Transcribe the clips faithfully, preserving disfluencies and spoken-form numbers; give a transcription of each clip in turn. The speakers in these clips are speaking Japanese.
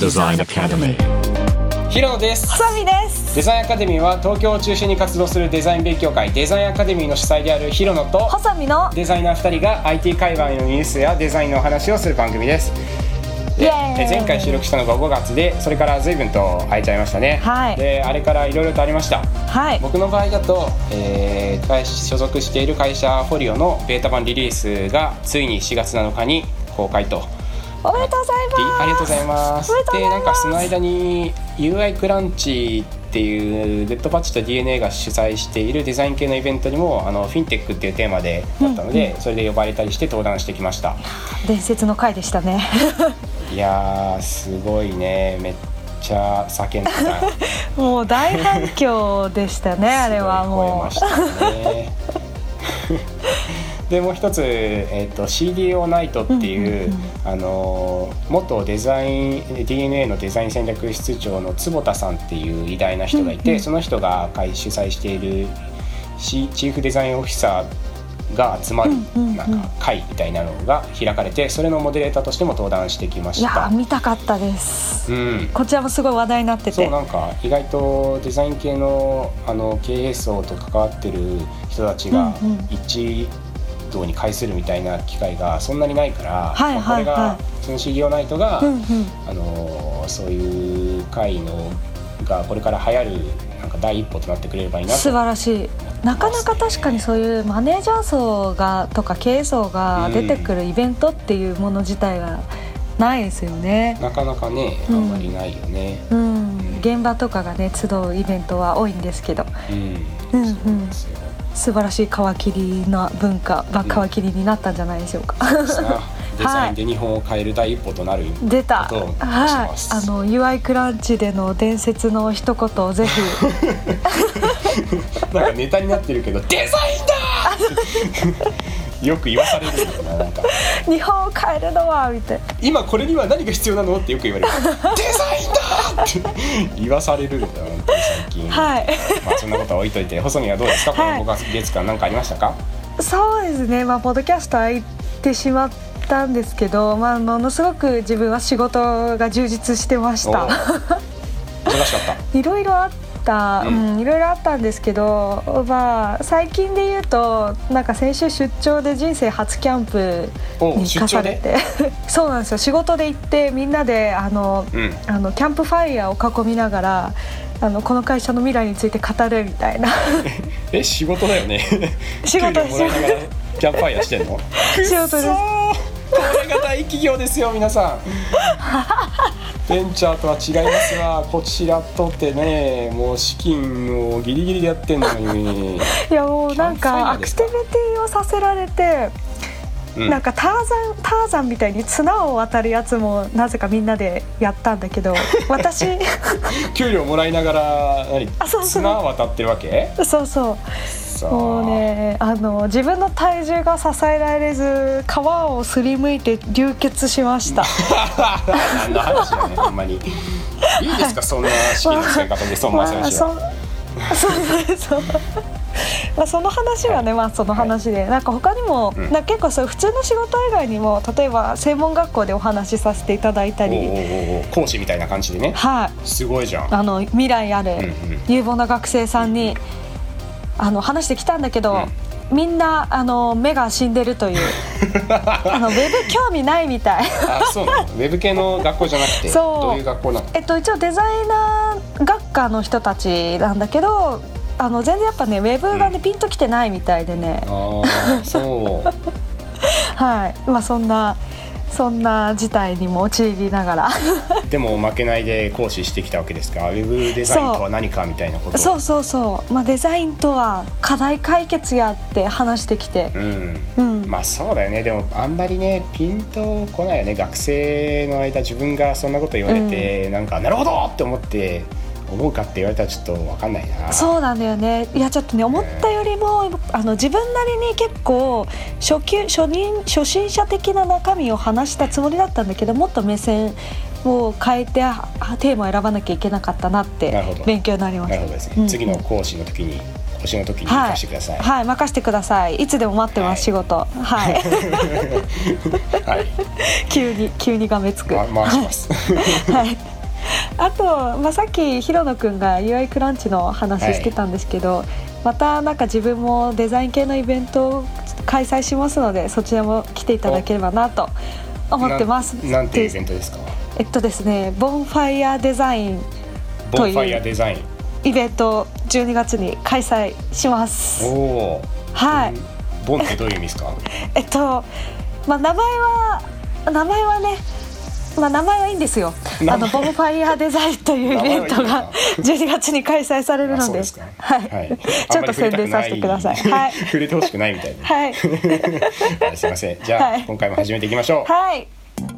Design Academy。 平野です。 ハサミです。 デザインアカデミーは東京を中心に活動するデザイン勉強会デザインアカデミーの主催である平野とハサミのデザイナーふたりが アイティー 界隈のニュースやデザインのお話をする番組です。でイエーイ。 前回収録したのがごがつで、それから随分と空いちゃいましたね。 はいであれからいろいろとありました。 はい。 僕の場合だと、えー、会所属している会社フォリオのベータ版リリースがついにしがつなのかに公開と。 おめでとうございます。 ありがとうございます。 おめでとうございます。 でなんかその間に ユーアイ クランチっていうレッドパッチと ディーエヌエー が主催しているデザイン系のイベントにもあのフィンテックっていうテーマでだったので、うんうん、それで呼ばれたりして登壇してきました。 伝説の回でしたね。 いやーすごいね、めっちゃ叫んでた。 もう大反響でしたね。あれはもうすごい超えましたね。でもう一つ、えーと、シーディーオー ナイトっていう、うんうんうん、あの元デザイン ディーエヌエー のデザイン戦略室長の坪田さんっていう偉大な人がいて、うんうん、その人が会主催しているチーフデザインオフィサーが集まるなんか会みたいなのが開かれて、それのモデレーターとしても登壇してきました。 いや見たかったです、うん、こちらもすごい話題になってて、 そうなんか意外とデザイン系 の, あの経営層と関わってる人たちが一致に会するみたいな機会がそんなにないから、はいはいはい、これがその シーディーオー ナイトが、うんうん、あのそういう会のがこれから流行るなんか第一歩となってくれればいいなと。 素晴らしい。なかなか確かにそういうマネージャー層がとか経営層が出てくるイベントっていうもの自体がないですよね、 うん、なかなかねあんまりないよね、 うんうん、現場とかがね集うイベントは多いんですけど、 うんうんうん、そうなんですよ。 素晴らしい皮切りな文化が皮切りになったんじゃないでしょうか、 うん、そうですな。デザインで日本を変える第一歩となることを出します。 はい、あの ユーアイ クランチでの伝説の一言をぜひなんかネタになってるけどデザインだよく言わされるんだよな。なんか日本を変えるのはみたいな、 今これには何が必要なのってよく言われる。デザインだって言わされるんだよ本当に最近、はい。まあそんなことは置いといて、細見はどうですか、はい、このごがつ間何かありましたか？ そうですね、まあポッドキャスト空いてしまったんですけど、まあ、ものすごく自分は仕事が充実してました。 忙しかった。 いろいろあった、うんうん、いろいろあったんですけど、まあ、最近で言うとなんか先週出張で人生初キャンプに行かされてそうなんですよ。仕事で行ってみんなであの、うん、あのキャンプファイヤーを囲みながらあのこの会社の未来について語るみたいなえ仕事だよね。 仕事です。 給料もらいながらキャンプファイヤーしてんの？ 仕事です。 これが大企業ですよ皆さん。ベンチャーとは違いますが、こちらとってねもう資金をギリギリでやってんのに。 いやもうなんかアクティビティをさせられて、うん、なんかターザンターザンみたいに綱を渡るやつもなぜかみんなでやったんだけど私給料もらいながら何綱渡ってるわけ？そうそうもうねあの自分の体重が支えられず皮をすりむいて流血しました。 何の話だねほんまに。いいですかそんな資金の使い方でそんな話は。そうそうまあその話はね、まあ、その話で、はい、なんか他にも、うん、なんか結構そう普通の仕事以外にも例えば専門学校でお話しさせていただいたり、おうおうおう講師みたいな感じでね、 はい、 すごいじゃん。 あの未来ある有望な学生さんに、あの話してきたんだけど、うん、みんなあの目が死んでるというあのウェブ興味ないみたい。 あそうなの？ウェブ系の学校じゃなくてどういう学校なの？ えっと、一応デザイナー学科の人たちなんだけど、あの全然やっぱねウェブがね、うん、ピンときてないみたいでね。 あそうはい、まあそんなそんな事態にも陥りながらでも負けないで講師してきたわけですか？ウェブデザインとは何かみたいなことを。 そうそうそう、まあ、デザインとは課題解決やって話してきて、 うんうん、まあそうだよね。でもあんまりねピンとこないよね。学生の間自分がそんなこと言われて、うん、なんかなるほどって思って思うかって言われたらちょっと分かんないな。 そうなんだよね。いやちょっとね思ったよりもあの自分なりに結構初級初任初心者的な中身を話したつもりだったんだけど、もっと目線を変えてテーマを選ばなきゃいけなかったなって勉強になりました。 なるほどですね、うん、次の講師の時に講師の時に任せてください。 はい、はい、任せてください。いつでも待ってます、はい、仕事。はい、はい、急に急にがめつく、 ま、回します。 はいあと、まあ、さっき広野くんが ユーアイ クランチの話してたんですけど、はい、またなんか自分もデザイン系のイベントを開催しますので、そちらも来ていただければなと思ってます。 な、なんていうイベントですか？ えっとですね、ボンファイアデザインというイベントをじゅうにがつに開催します。 おー、 はい。 ボンってどういう意味ですか？ えっと、まあ、名前は名前はね、まあ、名前はいいんですよ。あのボンファイアデザインというイベントがじゅうにがつに開催されるので、 で、ね、 はい、はい、ちょっと宣伝させてください。はい、 触れてほしくないみたいな。 はい。 すいません。じゃあ、はい、今回も始めていきましょう。 はい。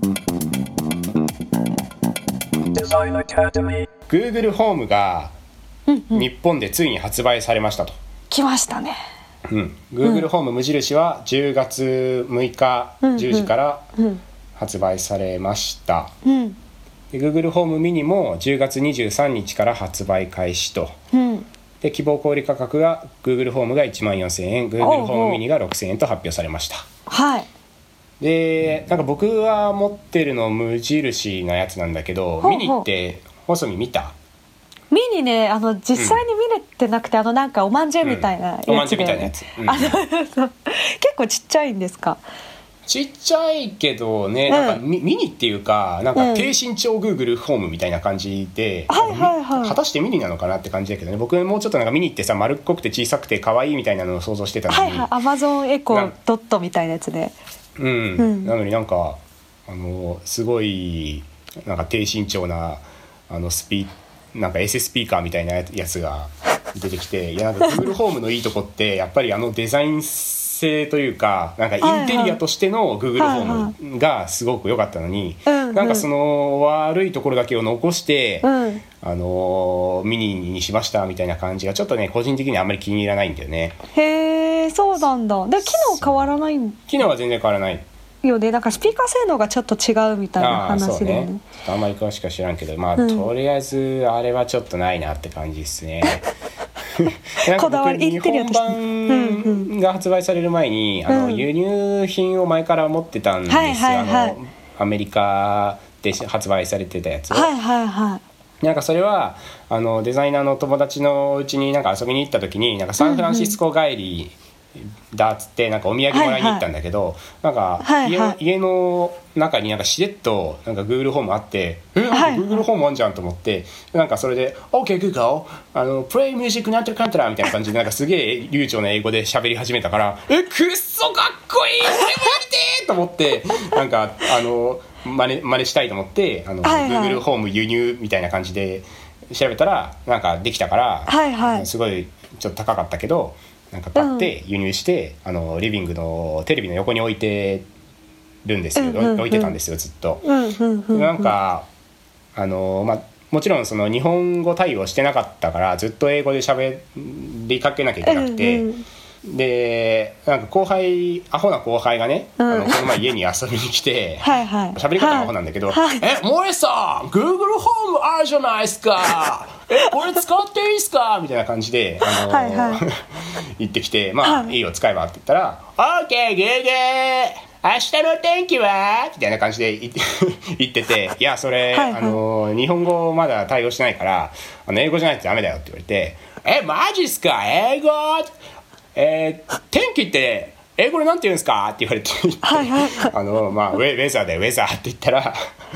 Google ホームが日本でついに発売されましたと。 来ましたね。 うん、Google ホーム無印はじゅうがつむいかじゅうじから発売されました、 うん、 で Google ホームミニもじゅうがつにじゅうさんにちから発売開始と、 うん、 で希望小売価格が Google ホームがいちまんよんせんえん、 Google ホームミニがろくせんえんと発表されました。 はい。 でなんか僕は持ってるの無印なやつなんだけど、 ほうほう、 ミニって細見見た？ ミニね、あの実際に見れてなくて、うん、あのなんかおまんじゅうみたいなやつで、うん、おまんじゅうみたいなやつ、うん、あの結構ちっちゃいんですか？ ちっちゃいけどね、なんかミニっていうか、なんか低身長 Google ホームみたいな感じで、 はいはいはい、 果たしてミニなのかなって感じだけどね。僕もうちょっとなんかミニってさ、丸っこくて小さくて可愛いみたいなのを想像してたのに、 はいはい、Amazon エコドットみたいなやつで、 うん、うん、なのになんかあのすごいなんか低身長なあのスピなんかエススピーカーみたいなやつが出てきて、いやなんか Google ホームのいいとこってやっぱりあのデザイン性というか、なんかインテリアとしての Google ホームがすごく良かったのに、 はいはい、 なんかその悪いところだけを残して、 うん、 あのミニにしましたみたいな感じがちょっとね個人的にはあんまり気に入らないんだよね。 へー、そうなんだ。で機能変わらないん？ 機能は全然変わらないよね。なんかスピーカー性能がちょっと違うみたいな話で、ね、 ね、あんまり詳しくは知らんけど、まあ、うん、とりあえずあれはちょっとないなって感じですね。なんか僕日本版が発売される前に、うん、あの輸入品を前から持ってたんですよ、はいはいはい、あのアメリカで発売されてたやつを、 はいはいはい、 なんかそれはあのデザイナーの友達のうちになんか遊びに行った時になんかサンフランシスコ帰りだっつってなんかお土産もらいに行ったんだけど、はいはい、なんか 家,、はいはい、家の中になんかしれっとなんか Google ホームあって、え、なんか Google ホームあんじゃんと思って、なんかそれで OK Google あの Play Music なんてるかんたらみたいな感じでなんかすげえ流暢な英語で喋り始めたから、え、くっそかっこいい、俺もやりてーと思ってなんかあの真似、真似したいと思ってあの、はいはい、Google ホーム輸入みたいな感じで調べたらなんかできたから、 はいはい、 すごいちょっと高かったけどなんか買って輸入して、うん、あのリビングのテレビの横に置いてるんですよ、うんうんうん、置いてたんですよずっと、 うんうんうん、 なんかあの、まあ、もちろんその日本語対応してなかったからずっと英語で喋りかけなきゃいけなくて、うんうん、でなんか後輩アホな後輩がね、うん、あのこの前家に遊びに来てはいはい喋り方がアホなんだけど、 はい、 え、森さん Google ホームあるじゃないですかえ、これ使っていいっすかみたいな感じで、あのーはいはい、言ってきて、まあ、はい、いいよ使えばって言ったら OK Google 明日の天気はみたいな感じで言ってて、いやそれ、はいはい、あのー、日本語まだ対応してないからあの英語じゃないとダメだよって言われて、え、マジっすか英語、えー、天気って英語でなんて言うんですかって言われてはいはい、 あのまあウェ、ウェザーだよウェザーって言ったら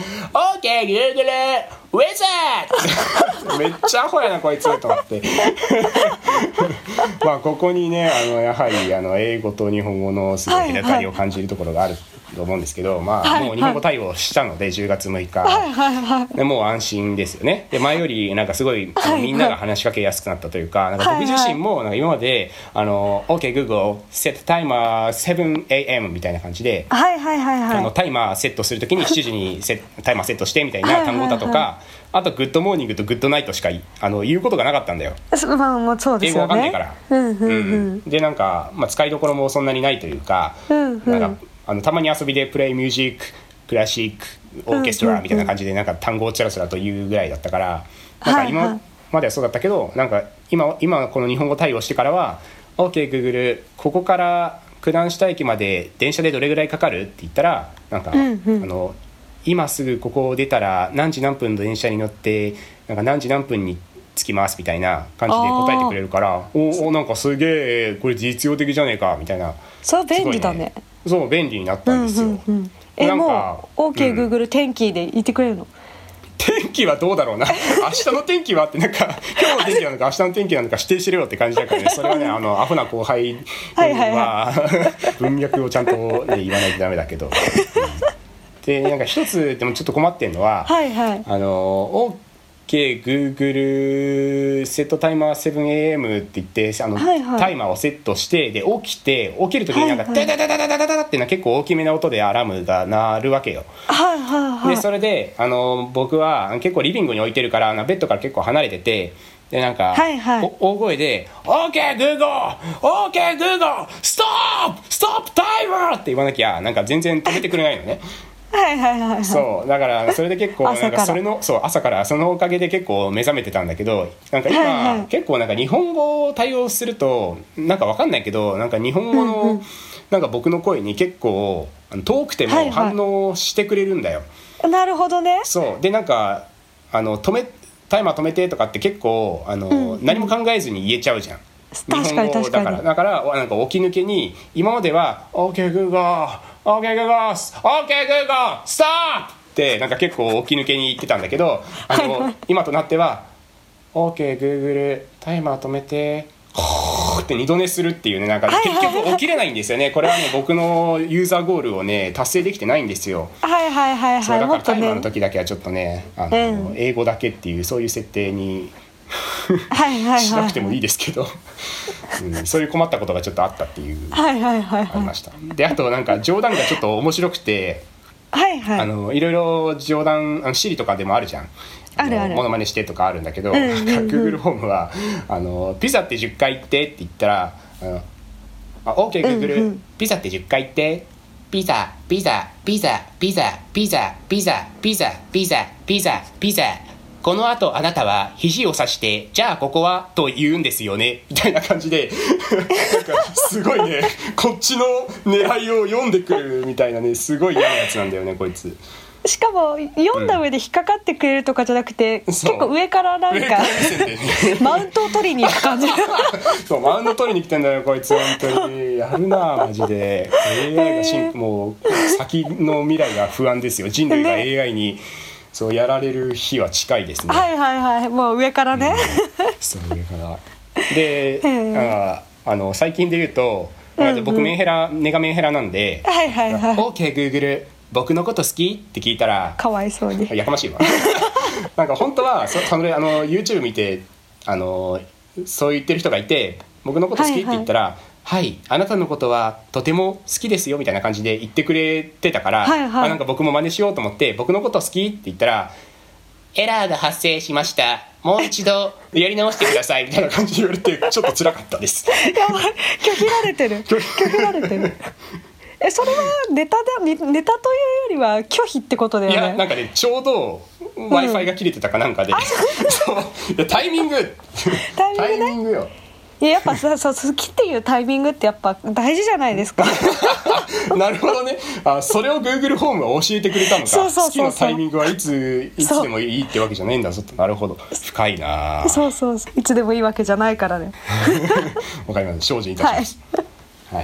OK Google ウェザーめっちゃアホやなこいつと思ってまあここにねあのやはりあの英語と日本語のすごい隔たりを感じるところがあると思うんですけど、まあもう日本語対応したのでじゅうがつむいか、 はいはいはい、 でもう安心ですよね。で前よりなんかすごいみんなが話しかけやすくなったというか、なんか僕自身もなんか今まであの OK Google set timer セブンエーエム みたいな感じで、 はいはいはいはい、 あのタイマーセットするときにしちじにセタイマーセットしてみたいな単語だとか、はいはいはい、あとグッドモーニングとグッドナイトしかあの言うことがなかったんだよ。 まあもうそうですよね。 英語わかんないから、 うんうんうんうん、でなんか、まあ、使いどころもそんなにないというか、 うんうん、 なんかあのたまに遊びでプレイミュージッククラシックオーケストラみたいな感じでなんか単語をちらちらと言うぐらいだったから、なんか今まではそうだったけど、なんか 今, 今この日本語対応してからは OK Google ここから九段下駅まで電車でどれぐらいかかるって言ったらなんか、 うんうん、 あの今すぐここを出たら何時何分の電車に乗ってなんか何時何分に着きますみたいな感じで答えてくれるから、おおなんかすげえこれ実用的じゃねえかみたいな。 それは便利だね。 そう便利になったんですよ、うんうんうん、 えなんかもう OKGoogle、うん、天気で言ってくれるの？ 天気はどうだろうな明日の天気はってなんか今日の天気なのか明日の天気なのか指定しろよって感じだからね。それはねあのアホな後輩ははいはい、はい、 文脈をちゃんと、ね、言わないとダメだけど、うん、でなんか一つでもちょっと困ってるのは、 はいはい、 あの OKGoogle セットタイマー セブンエーエム って言ってあの、はいはい、タイマーをセットしてで起きて起きるときになんかダダダダダダダダってな結構大きめな音でアラームが鳴るわけよ、 はいはいはい、 でそれであの僕は結構リビングに置いてるからベッドから結構離れててでなんか、はいはい、大声で OKGoogle OKGoogle ストップストップタイマーって言わなきゃなんか全然止めてくれないのねはいはいはいはい、 そうだからそれで結構なんかそれのそう朝からそのおかげで結構目覚めてたんだけどなんか今、はいはい、結構なんか日本語を対応するとなんか分かんないけどなんか日本語の、うんうん、なんか僕の声に結構遠くても反応してくれるんだよ、 はいはい、なるほどね。 そうでなんかあの止めタイマー止めてとかって結構あの、うんうん、何も考えずに言えちゃうじゃん確かに確かに。 だからだからなんか起き抜けに今までは OKGoogle OKGoogle OKGoogle ストップってなんか結構起き抜けに言ってたんだけどあの、はいはい、今となっては OKGoogle タイマー止めてって二度寝するっていうねなんか結局起きれないんですよね。これはね僕のユーザーゴールをね達成できてないんですよ。 はいはいはいはい。 そうだからタイマーの時だけはちょっとねあの、うん、英語だけっていうそういう設定にはいはいはい、しなくてもいいですけど、うん、そういう困ったことがちょっとあったっていうはいはいはい、はい、 ありました。であとなんか冗談がちょっと面白くてはいはい、 あのいろいろ冗談あの Siri とかでもあるじゃんあるあるモノマネしてとかあるんだけど、うんうんうん、Google ホームはあのピザってじゅっかい言ってって言ったらあのあ OKGoogle、うんうん、ピザってじゅっかい言ってピザピザピザピザピザピザピザピザピザピザこの後あなたは肘を刺してじゃあここはと言うんですよねみたいな感じでなんかすごいねこっちの狙いを読んでくるみたいなねすごい嫌なやつなんだよねこいつ。 しかも読んだ上で引っかかってくれるとかじゃなくて、うん、結構上からなんかマウントを取りに行く感じそうマウント取りに来てんだよこいつ本当にやるなマジで エーアイ がしんもう先の未来が不安ですよ。人類が エーアイ に、ねそうやられる日は近いですね。 はいはいはいもう上からね、うん、 そう上からでああの最近で言うと、うんうん、僕メンヘラネガメンヘラなんで、 はいはいはい、 OKGoogle 僕のこと好きって聞いたらかわいそうにやかましいわなんか本当はそそのあの YouTube 見てあのそう言ってる人がいて僕のこと好きって言ったら、はいはいはい、あなたのことはとても好きですよみたいな感じで言ってくれてたから、はいはい、あなんか僕も真似しようと思って僕のこと好きって言ったらエラーが発生しましたもう一度やり直してくださいみたいな感じで言われてちょっと辛かったですやばい拒否られてる拒否られてるえそれはネタでネタというよりは拒否ってことだよね。 いやなんかねちょうど Wi-Fi が切れてたかなんかで、うん、そうタイミングタイミングねタイミングよ。 いややっぱさそう好きっていうタイミングってやっぱ大事じゃないですかなるほどね。あそれを Google ホームは教えてくれたのか。 そうそうそうそう好きなタイミングはいついつでもいいってわけじゃないんだぞと。なるほど深いな。 そうそういつでもいいわけじゃないからねわかりました精進いたしますはい、はい、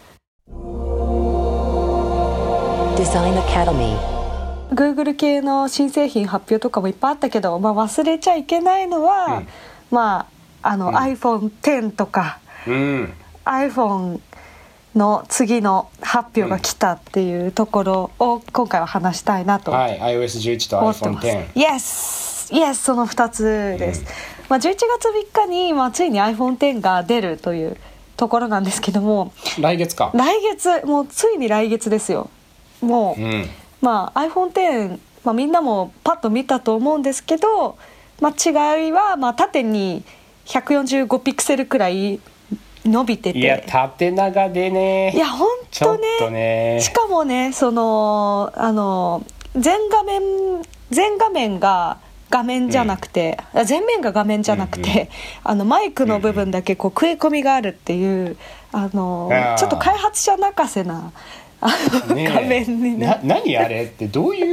Design Academy Google 系の新製品発表とかもいっぱいあったけど、まあ、忘れちゃいけないのは、うん、まああの、うん、アイフォンテン とか、うん、iPhone の次の発表が来たっていうところを今回は話したいなと、 はい、アイオーエスじゅういち と アイフォンテン Yes! Yes! そのふたつです、うんまあ、じゅういちがつみっかに、まあ、ついに アイフォンテン が出るというところなんですけども来月か来月もうついに来月ですよもう、うんまあ、アイフォンテン、まあ、みんなもパッと見たと思うんですけど、まあ、違いは、まあ、縦にひゃくよんじゅうごピクセルくらい伸びてていや縦長でねいやほんとね、 ちょっとねしかもねそのあの全画面全画面が画面じゃなくて、うん、全面が画面じゃなくて、うんうん、あのマイクの部分だけこう食い込みがあるっていうあのちょっと開発者泣かせなあの、ね、画面にな何あれってどういう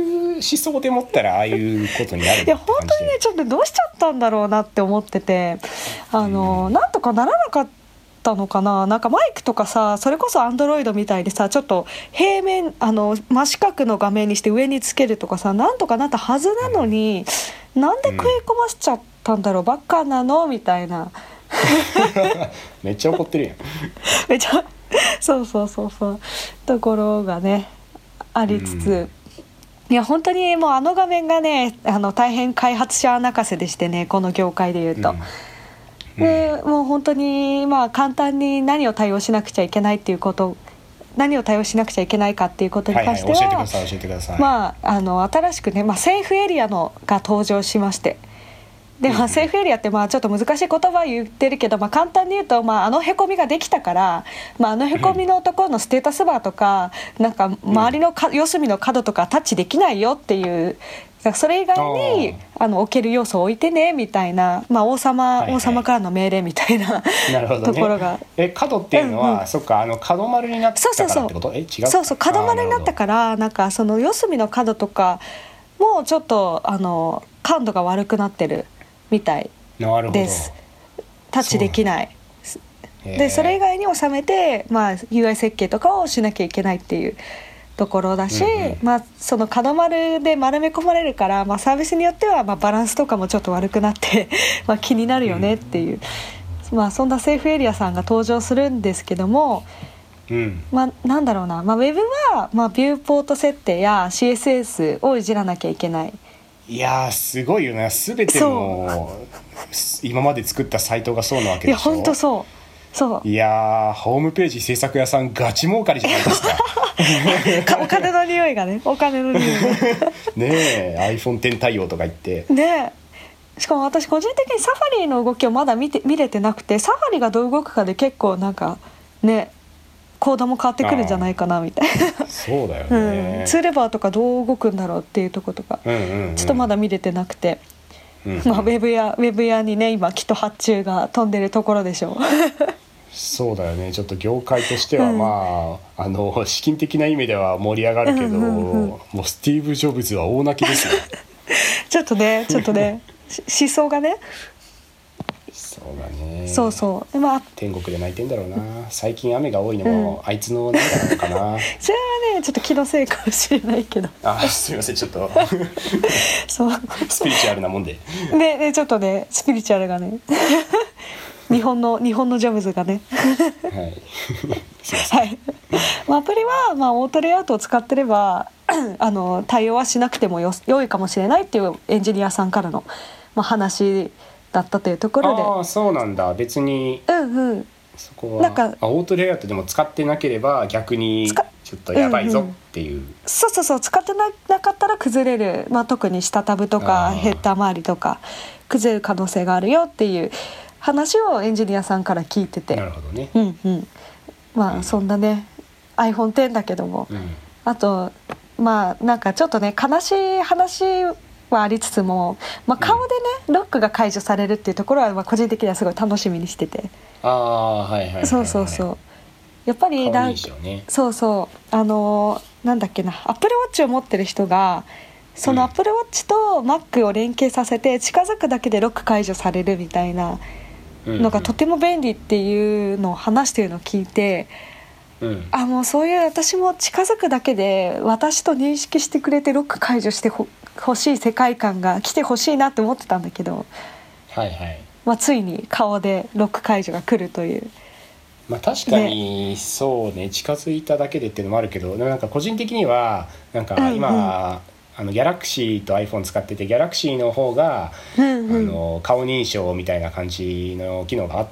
想でもったらああいうことになるいや本当にねちょっとどうしちゃったんだろうなって思ってて、あの、うん、なんとかならなかったのかな。なんかマイクとかさ、それこそアンドロイドみたいでさ、ちょっと平面あの真四角の画面にして上につけるとかさ、なんとかなったはずなのに、うん、なんで食い込ませちゃったんだろう、バカなのみたいなめっちゃ怒ってるやんめっちゃそうそうそうそうところがねありつつ、うん、いや本当にもうあの画面がね、あの大変開発者泣かせでしてね、この業界でいうと、うんでもう本当にまあ簡単に何を対応しなくちゃいけないっていうこと、何を対応しなくちゃいけないかっていうことに関しては、 はいはい、教えてください教えてください。 まああの新しくね、まあ、セーフエリアのが登場しまして、で、まあ、セーフエリアってまあちょっと難しい言葉言ってるけど、まあ、簡単に言うと、まあ、あのへこみができたから、まあ、あのへこみのところのステータスバーとか、なんか周りのか四隅の角とかタッチできないよっていう、それ以外にあの置ける要素を置いてねみたいな、まあ、王様、はいはい、王様からの命令みたいななるほど、ね、 ところが、 え角っていうのは、うんうん、そっか、あの角丸になったからってこと？え違う？ そうそう角丸になったから、なんかその四隅の角とかもちょっとあの感度が悪くなってるみたいです。タッチできない。でそれ以外に収めて、まあ、ユーアイ 設計とかをしなきゃいけないっていうところだし、うんうん、まあ、その角丸で丸め込まれるから、まあ、サービスによってはまあバランスとかもちょっと悪くなってまあ気になるよねっていう、うん、まあ、そんなセーフエリアさんが登場するんですけども、うん、まあ、なんだろうな、まあ、ウェブはまあビューポート設定や シーエスエス をいじらなきゃいけない。 いやーすごいよね、全ての今まで作ったサイトがそうなわけでしょ。いや本当そうそう、 いやホームページ制作屋さんガチ儲かりじゃないですかお金の匂いがね、お金の匂いがねえ アイフォンテン 対応とか言ってねえ、しかも私個人的にサファリの動きをまだ見て見れてなくて、サファリがどう動くかで結構なんかねコードも変わってくるんじゃないかなみたいなそうだよね、 うん、ツーレバーとかどう動くんだろうっていうところとか、うんうんうん、ちょっとまだ見れてなくて、うんうん、まあ、ウェブやウェブ屋にね今きっと発注が飛んでるところでしょうそうだよね、ちょっと業界としては、うん、まああの資金的な意味では盛り上がるけど、うんうんうん、もうスティーブ・ジョブズは大泣きですよちょっとねちょっとね思想がね、 そうだね、 そうそう、まあ、 天国で泣いてんだろうな。最近雨が多いのも、うん、あいつのなんだろうかなそれはねちょっと気のせいかもしれないけどあすいませんちょっとそうスピリチュアルなもんでねねちょっとねスピリチュアルがね日本の日本のジョブズがねはいすいません、はい、 まあ、アプリは、まあ、オートレイアウトを使ってればあの対応はしなくてもよ良いかもしれないっていうエンジニアさんからの、まあ、話だったというところで。 ああそうなんだ、別に、うんうん、そこはなんかオートレイアウトでも使ってなければ逆にちょっとやばいぞっていう、うんうん、 そうそうそう、使って な, なかったら崩れる、まあ、特に下タブとかヘッダー周りとか崩れる可能性があるよっていう話をエンジニアさんから聞いてて、 なるほどね、 うんうん、まあ、うん、そんなね アイフォンテン だけども、うん、あとまあなんかちょっとね悲しい話はありつつも、まあ、顔でね、うん、ロックが解除されるっていうところは、まあ、個人的にはすごい楽しみにしてて、 ああはいはいはい、はい、 そうそうそう、やっぱりなんか、ね、そうそうあのー、なんだっけな、アップルウォッチを持ってる人がそのアップルウォッチと Mac を連携させて近づくだけでロック解除されるみたいなのがとても便利っていうのを話しているのを聞いて、うん、あもうそういう私も近づくだけで私と認識してくれてロック解除してほ欲しい世界観が来てほしいなって思ってたんだけど、 はいはい、 まあ、ついに顔でロック解除が来るという、 まあ、確かにそうね、近づいただけでっていうのもあるけど、なんか個人的にはなんか今、うんうん、あのギャラクシーと iPhone 使ってて、ギャラクシーの方が、うんうん、あの顔認証みたいな感じの機能があって、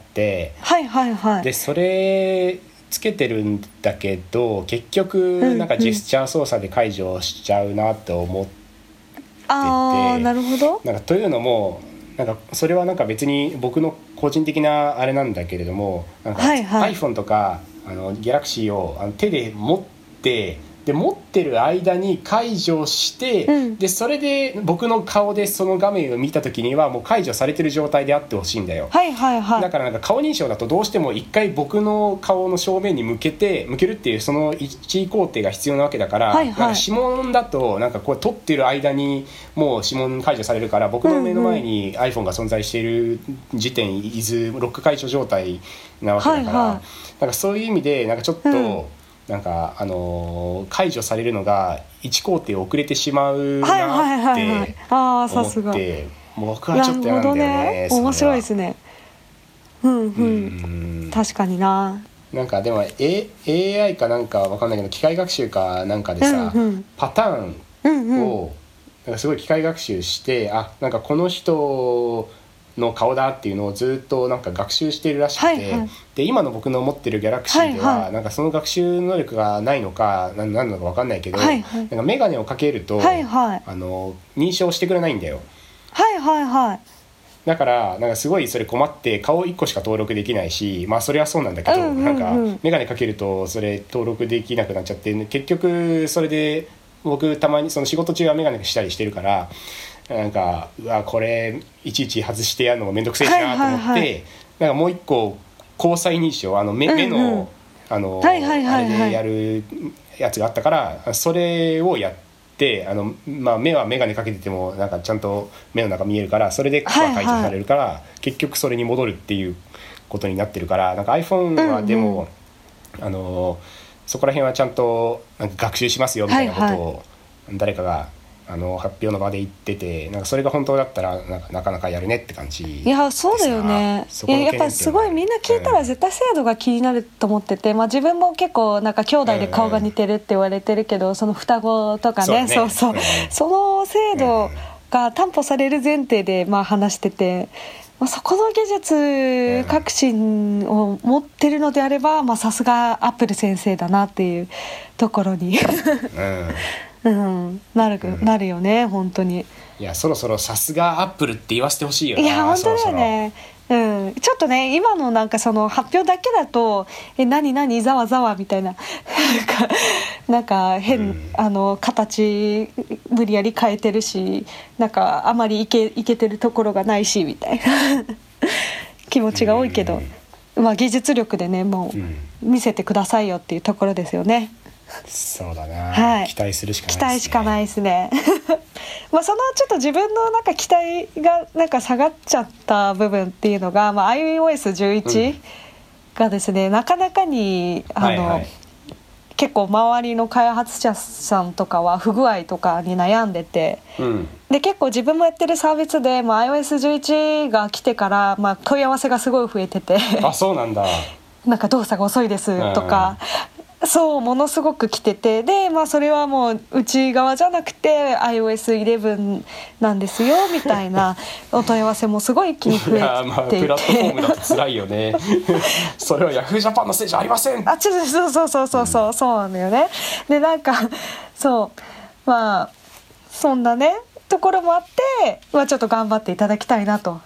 はいはいはい、でそれつけてるんだけど結局なんかジェスチャー操作で解除しちゃうなと思ってて、うんうん、 あーなるほど、 なんかというのもなんかそれはなんか別に僕の個人的なあれなんだけれども、なんか iPhone とかあの Galaxy をあの手で持ってで持ってる間に解除して、うん、でそれで僕の顔でその画面を見た時にはもう解除されてる状態であってほしいんだよ、 はいはいはい、 だからなんか顔認証だとどうしても一回僕の顔の正面に向けて向けるっていうその一工程が必要なわけだから、はいはい、なんか指紋だとなんかこう撮ってる間にもう指紋解除されるから僕の目の前に iPhone が存在している時点伊豆ロック解除状態なわけだから、はいはい、なんかそういう意味でなんかちょっと、うんなんかあのー、解除されるのがいち工程遅れてしまうなって思って僕はちょっと嫌なんだよね。 面白いですね。うんうん、うん確かにな。 なんかでも、A、エーアイ かなんかわかんないけど機械学習かなんかでさ、うんうん、パターンを、うんうん、なんかすごい機械学習してあなんかこの人の顔だっていうのをずっとなんか学習しているらしくて、はいはい、で今の僕の持ってるギャラクシーでは、はいはい、なんかその学習能力がないのか何なのか分かんないけど、はいはい、なんかメガネをかけると、はいはい、あの認証してくれないんだよ。 はいはいはい。 だからなんかすごいそれ困って顔いっこしか登録できないしまあそれはそうなんだけど、うんうんうん、なんかメガネかけるとそれ登録できなくなっちゃって結局それで僕たまにその仕事中はメガネしたりしてるからなんかうわこれいちいち外してやるのがめんどくせえしなと思って、はいはいはい、なんかもう一個交際認証あの 目, 目の、うんうん、あの、はいはいはいはい、あれでやるやつがあったからそれをやってあの、まあ、目は眼鏡かけててもなんかちゃんと目の中見えるからそれで解除されるから、はいはい、結局それに戻るっていうことになってるからなんか iPhone はでも、うんうん、あのそこら辺はちゃんとなんか学習しますよみたいなことを誰かがあの発表の場で言っててなんかそれが本当だったらなんかなかなかやるねって感じ。 いやそうだよね。いややっぱすごいみんな聞いたら絶対精度が気になると思ってて、うんまあ、自分も結構なんか兄弟で顔が似てるって言われてるけど、うんうん、その双子とかねそうそう、うん、その精度が担保される前提でまあ話してて、まあ、そこの技術革新を持ってるのであればさすがアップル先生だなっていうところに、うんうん、なる、うん、なるよね本当に。 いやそろそろさすがアップルって言わせてほしいよな。 いや本当だよね。そろそろ、うん、ちょっとね今のなんかその発表だけだとえ何何ざわざわみたいななんか変、うん、あの形無理やり変えてるしなんかあまりいけ、いけてるところがないしみたいな気持ちが多いけど、うんまあ、技術力でねもう見せてくださいよっていうところですよね。 そうだな、はい、期待するしかないですね。 期待しかないですねまあそのちょっと自分のなんか期待がなんか下がっちゃった部分っていうのが、まあ、アイオーエスじゅういち がですね、うん、なかなかにあの、はいはい、結構周りの開発者さんとかは不具合とかに悩んでて、うん、で結構自分もやってるサービスで、まあ、アイオーエスじゅういち が来てから、まあ、問い合わせがすごい増えててあそうなんだなんか動作が遅いですとか、うんそうものすごく来ててで、まあ、それはもう内側じゃなくて アイオーエスじゅういち なんですよみたいなお問い合わせもすごい一気に増えていていや、まあ、プラットフォームだと辛いよねそれは Yahoo! ジャパンのせいじゃありませんあちょそうそうそうそうそう、うん、そうなんだよね。でなんかそうまあそんなねところもあって、まあ、ちょっと頑張っていただきたいなと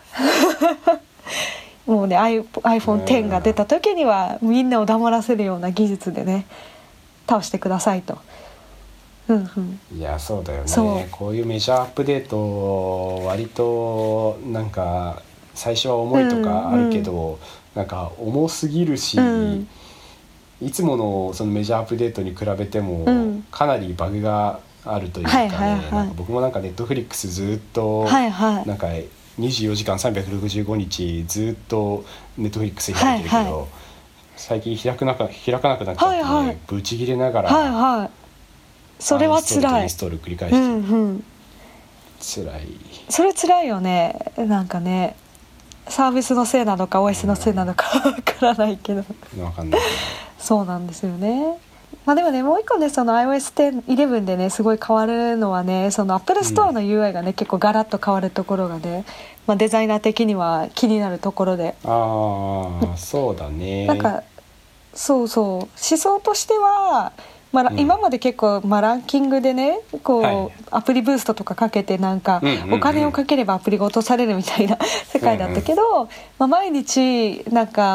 もうね アイフォンテン が出た時にはみんなを黙らせるような技術でね倒してくださいと、うんうん、 いやそうだよね。こういうメジャーアップデート割となんか最初は重いとかあるけど、うんうん、なんか重すぎるし、うん、いつものそのメジャーアップデートに比べてもかなりバグがあるというかね、うんはいはいはい、なんか僕もなんか Netflix ずっとなんかにじゅうよじかんさんびゃくろくじゅうごにちずっとネットフリックス開いてるけど、はいはい、最近開くなか開かなくなっちゃって、ねはいはい、ブチ切れながら、はいはい、 それは辛い。 インストール繰り返して、うんうん、辛い。 それ辛いよね。なんかねサービスのせいなのか オーエス のせいなのかわからないけど分かんないそうなんですよね。まあ、でもねもう一個ねその アイオーエスじゅういち でねすごい変わるのはねその Apple Store の ユーアイ がね、うん、結構ガラッと変わるところがね、まあ、デザイナー的には気になるところでああそうだねなんかそうそう思想としては、まあうん、今まで結構、まあ、ランキングでねこう、はい、アプリブーストとかかけてなんか、うんうんうん、お金をかければアプリが落とされるみたいな世界だったけど、うんうんまあ、毎日なんか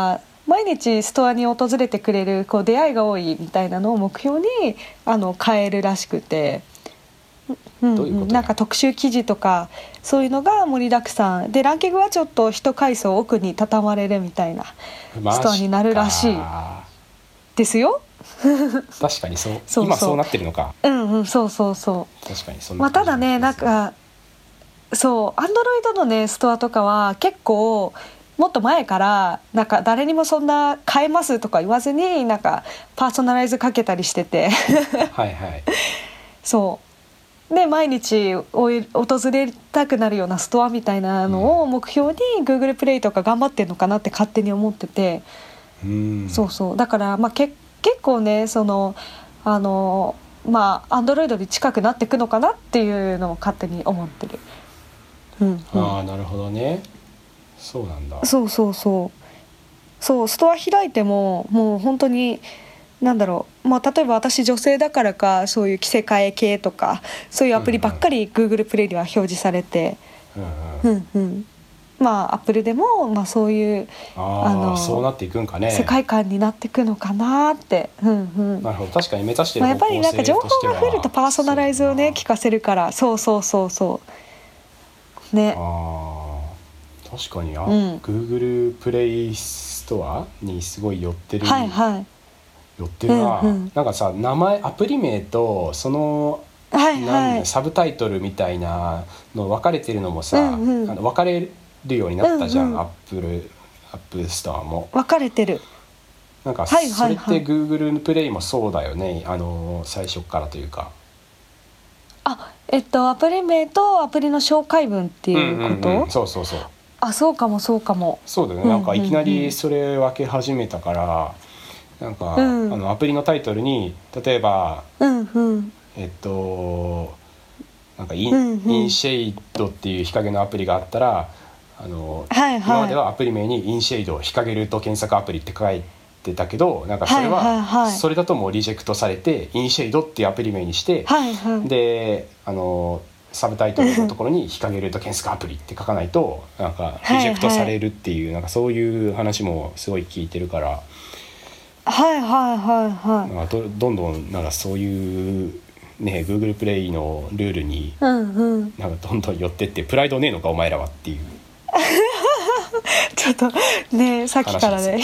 毎日ストアに訪れてくれるこう出会いが多いみたいなのを目標にあの変えるらしくて、うんうん、なんか特集記事とかそういうのが盛りだくさんで、ランキングはちょっと一階層奥に畳まれるみたいなストアになるらしいですよ。 確かにそう、そうそう今そうなってるのか。 うんうんそうそうそう。 確かにそんな感じ、 まあ、ただねなんかそうアンドロイドのねストアとかは結構もっと前からなんか誰にもそんな買えますとか言わずになんかパーソナライズかけたりしててはいはいそうで毎日訪れたくなるようなストアみたいなのを目標に Google プレイとか頑張ってるのかなって勝手に思ってて、 うんそうそうだからまあけ結構ねそのあのまあアンドロイドに近くなっていくのかなっていうのを勝手に思ってる。うんうん、 ああなるほどね。そうなんだ。 そうそうそうそうストア開いてももう本当になんだろう、まあ、例えば私女性だからかそういう着せ替え系とかそういうアプリばっかり Google プレイでは表示されて、うんうんうん、まあアップルでも、まあ、そういうああのそうなっていくんかね。 世界観になっていくのかなって、うんうん、 なるほど確かに目指してる方向性としては、まあ、やっぱりなんか情報が増えるとパーソナライズをね聞かせるからそうそうそうそうね。 あ確かにあ、うん、Google プレイストアにすごい寄ってる、 はいはい、 寄ってるな、うんうん、なんかさ名前アプリ名とその、はいはい、サブタイトルみたいなの分かれてるのもさ、うんうん、あの分かれるようになったじゃん、うんうん、アップルアップルストアも分かれてる。 なんかそれって Google プレイもそうだよね、あの最初からというか。 あえっとアプリ名とアプリの紹介文っていうこと、うんうんうん、 そうそうそうあそうかもそうかもそうだよね、なんかいきなりそれ分け始めたから、なんか、うん、あのアプリのタイトルに例えば、 うんうん、 えっとなんかイン、うんうん、インシェイドっていう日陰のアプリがあったらあの、はいはい、今まではアプリ名にインシェイド日陰ルート検索アプリって書いてたけど、なんかそれは、はいはいはい、それだともうリジェクトされてインシェイドっていうアプリ名にして、はいはい、であのサブタイトルのところに日陰ルート検索アプリって書かないとなんかリジェクトされるっていう、はいはい、なんかそういう話もすごい聞いてるから、 はいはいはいはい、 なんか ど, どんどんなんかそういうね Google プレイのルールになんかどんどん寄ってってプライドねえのかお前らはっていうちょっとねさっきからね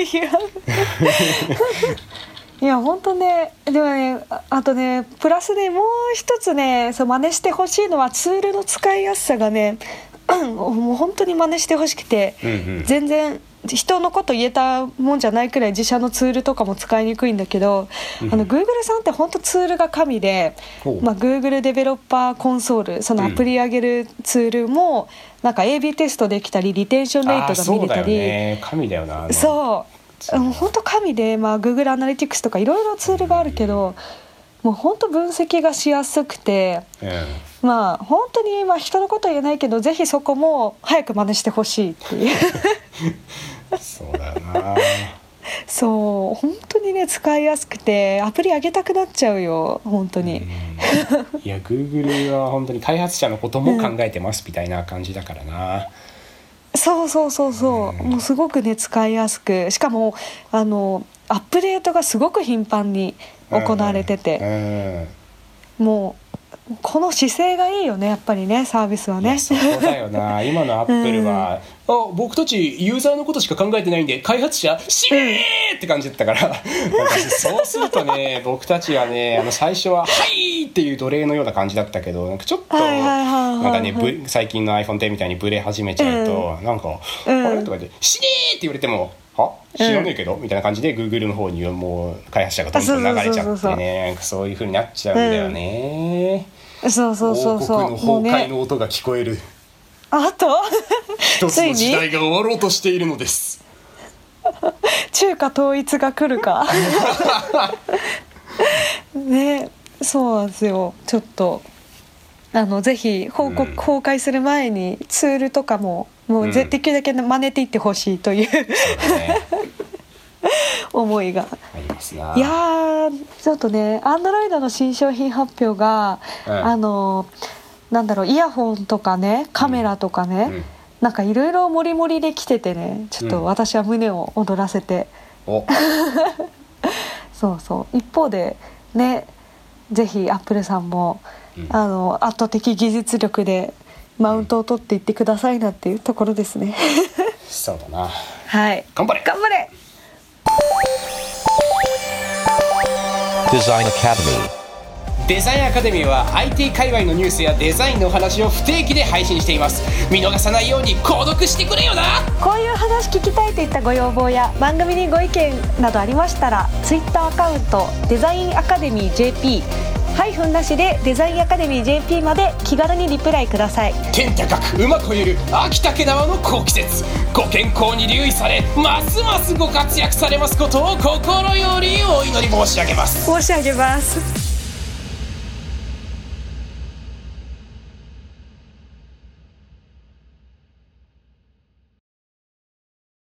いや本当ね、でもねあとねプラスでもう一つねそう真似してほしいのはツールの使いやすさがねもう本当に真似してほしくて、うんうん、全然人のこと言えたもんじゃないくらい自社のツールとかも使いにくいんだけど、うん、あの Google さんって本当ツールが神で、まあ、Google デベロッパーコンソールそのアプリ上げるツールも、うん、なんか エービー テストできたりリテンションレートが見れたり、 そうだよね神だよな。 そう本当神で、まあ、Google アナリティクスとかいろいろツールがあるけど、もう本当分析がしやすくて、うん、まあ本当にまあ人のこと言えないけどぜひそこも早く真似してほしいっていうそうだよなそう本当にね使いやすくてアプリ上げたくなっちゃうよ本当に。 いや Google は本当に開発者のことも考えてますみたいな感じだからな、うんそうそうそうそう、うん、もうすごくね使いやすく、しかもあのアップデートがすごく頻繁に行われてて、うんうん、もうこの姿勢がいいよねやっぱりねサービスはね。 そうだよな今のアップルは、うん、あ僕たちユーザーのことしか考えてないんで開発者しめーって感じだったからなんかそうするとね僕たちはねあの最初ははいっていう奴隷のような感じだったけどなんかちょっとなんかね最近の アイフォンテン みたいにブレ始めちゃうと、うん、なんか、うん、あれとかでしねーって言われてもは知らねえけど、うん、みたいな感じで Google の方にもう開発者がどんどん流れちゃってねそういう風になっちゃうんだよね、 うん、そうそうそうそう王国の崩壊の音が聞こえる、ね、 あと一つの時代が終わろうとしているのです中華統一が来るかねそうなんですよちょっとあのぜひ報告、うん、公開する前にツールとかももうできるだけ真似ていってほしいという、うんね、思いがありますな。 いやちょっとね Android の新商品発表が、うん、あのなんだろうイヤホンとかねカメラとかね、うんうん、 なんかいろいろモリモリで来ててね、ちょっと私は胸を躍らせて、うん、おそうそう一方でね、ぜひアップルさんも、うん、あの圧倒的技術力でマウントを取っていってくださいなっていうところですね、うん、 そうだな。 はい、 頑張れ頑張れ。 デザインアカデミー。デザインアカデミーは アイティー 界隈のニュースやデザインのお話を不定期で配信しています。見逃さないように購読してくれよな。 こういう話聞きたいといったご要望や番組にご意見などありましたら、 Twitter アカウントデザインアカデミー ジェーピーハイフンなしでデザインアカデミー ジェーピー まで気軽にリプライください。 天高く馬こえる秋竹縄の好季節、ご健康に留意されますますご活躍されますことを心よりお祈り申し上げます。 申し上げます。